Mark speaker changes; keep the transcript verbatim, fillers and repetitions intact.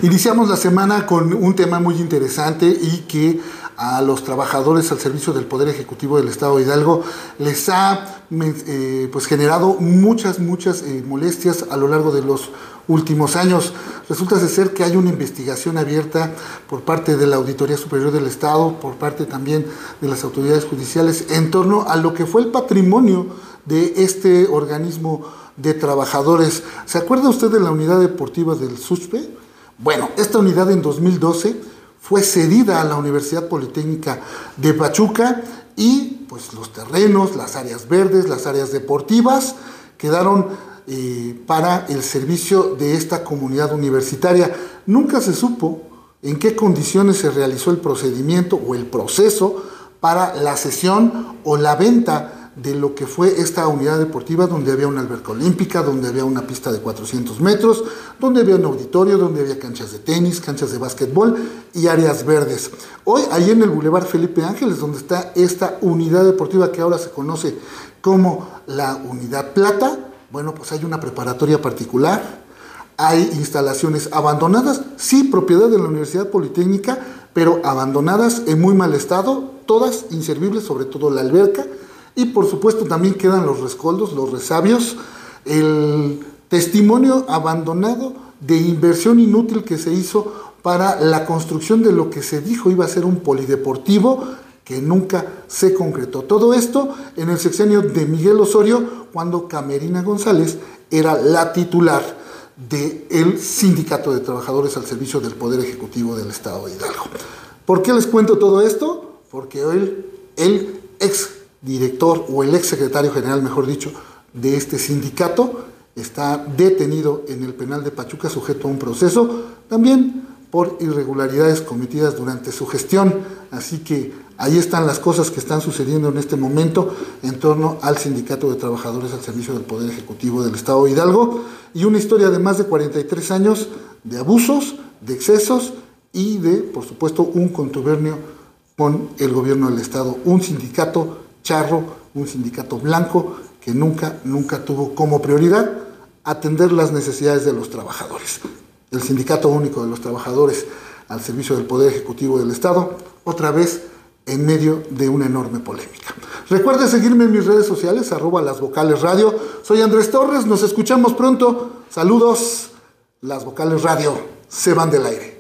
Speaker 1: Iniciamos la semana con un tema muy interesante y que a los trabajadores al servicio del Poder Ejecutivo del Estado de Hidalgo les ha eh, pues generado muchas, muchas eh, molestias a lo largo de los últimos años. Resulta de ser que hay una investigación abierta por parte de la Auditoría Superior del Estado, por parte también de las autoridades judiciales, en torno a lo que fue el patrimonio de este organismo de trabajadores. ¿Se acuerda usted de la unidad deportiva del SUSPE? Bueno, esta unidad en dos mil doce fue cedida a la Universidad Politécnica de Pachuca y pues los terrenos, las áreas verdes, las áreas deportivas quedaron eh, para el servicio de esta comunidad universitaria. Nunca se supo en qué condiciones se realizó el procedimiento o el proceso para la cesión o la venta de lo que fue esta unidad deportiva, donde había una alberca olímpica, donde había una pista de cuatrocientos metros, donde había un auditorio, donde había canchas de tenis, canchas de básquetbol y áreas verdes. Hoy, ahí en el Boulevard Felipe Ángeles, donde está esta unidad deportiva que ahora se conoce como la Unidad Plata, bueno, pues hay una preparatoria particular, hay instalaciones abandonadas, sí, propiedad de la Universidad Politécnica, pero abandonadas en muy mal estado, todas inservibles, sobre todo la alberca. Y por supuesto también quedan los rescoldos, los resabios, el testimonio abandonado de inversión inútil que se hizo para la construcción de lo que se dijo iba a ser un polideportivo que nunca se concretó. Todo esto en el sexenio de Miguel Osorio, cuando Camerina González era la titular del Sindicato de Trabajadores al Servicio del Poder Ejecutivo del Estado de Hidalgo. ¿Por qué les cuento todo esto? Porque él, el ex director o el ex secretario general, mejor dicho, de este sindicato está detenido en el penal de Pachuca, sujeto a un proceso también por irregularidades cometidas durante su gestión. Así que ahí están las cosas que están sucediendo en este momento en torno al Sindicato de Trabajadores al Servicio del Poder Ejecutivo del Estado de Hidalgo, y una historia de más de cuarenta y tres años de abusos, de excesos y de, por supuesto, un contubernio con el gobierno del Estado, un sindicato charro, un sindicato blanco que nunca, nunca tuvo como prioridad atender las necesidades de los trabajadores. El Sindicato Único de los Trabajadores al Servicio del Poder Ejecutivo del Estado, otra vez en medio de una enorme polémica. Recuerde seguirme en mis redes sociales, arroba Las Vocales Radio. Soy Andrés Torres, nos escuchamos pronto. Saludos, Las Vocales Radio se van del aire.